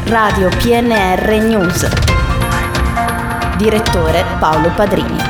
Radio PNR News. Direttore Paolo Padrini.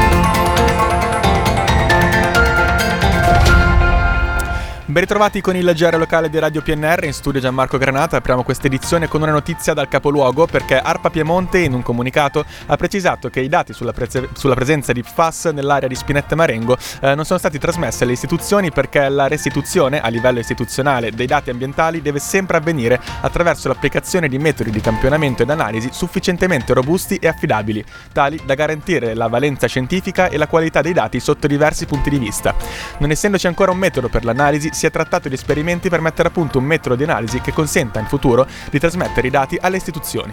Ben ritrovati con il GR locale di Radio PNR, in studio Gianmarco Granata. Apriamo questa edizione con una notizia dal capoluogo, perché ARPA Piemonte in un comunicato ha precisato che i dati sulla presenza di PFAS nell'area di Spinetta Marengo non sono stati trasmessi alle istituzioni, perché la restituzione a livello istituzionale dei dati ambientali deve sempre avvenire attraverso l'applicazione di metodi di campionamento ed analisi sufficientemente robusti e affidabili, tali da garantire la valenza scientifica e la qualità dei dati sotto diversi punti di vista. Non essendoci ancora un metodo per l'analisi, si è trattato di esperimenti per mettere a punto un metodo di analisi che consenta in futuro di trasmettere i dati alle istituzioni.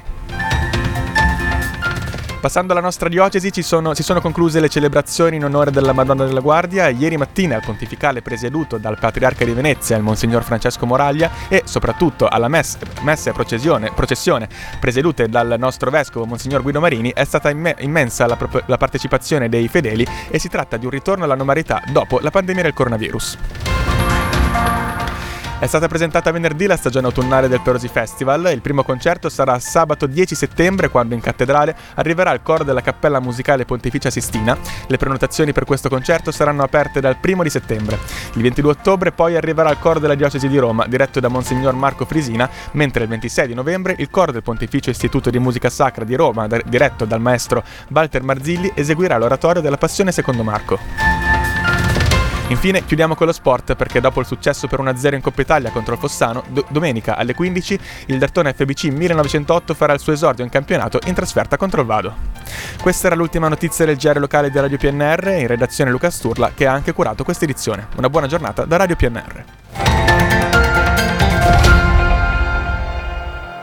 Passando alla nostra diocesi, si sono concluse le celebrazioni in onore della Madonna della Guardia. Ieri mattina al pontificale presieduto dal Patriarca di Venezia, il Monsignor Francesco Moraglia, e soprattutto alla messe e processione presiedute dal nostro vescovo Monsignor Guido Marini, è stata immensa la partecipazione dei fedeli, e si tratta di un ritorno alla normalità dopo la pandemia del coronavirus. È stata presentata venerdì la stagione autunnale del Perosi Festival. Il primo concerto sarà sabato 10 settembre, quando in cattedrale arriverà il coro della Cappella Musicale Pontificia Sistina. Le prenotazioni per questo concerto saranno aperte dal 1 di settembre. Il 22 ottobre poi arriverà il coro della Diocesi di Roma, diretto da Monsignor Marco Frisina, mentre il 26 di novembre il coro del Pontificio Istituto di Musica Sacra di Roma, diretto dal maestro Walter Marzilli, eseguirà l'oratorio della Passione secondo Marco. Infine chiudiamo con lo sport, perché dopo il successo per 1-0 in Coppa Italia contro il Fossano, domenica alle 15 il Derthona FBC 1908 farà il suo esordio in campionato in trasferta contro il Vado. Questa era l'ultima notizia del GR locale di Radio PNR, in redazione Luca Sturla, che ha anche curato questa edizione. Una buona giornata da Radio PNR.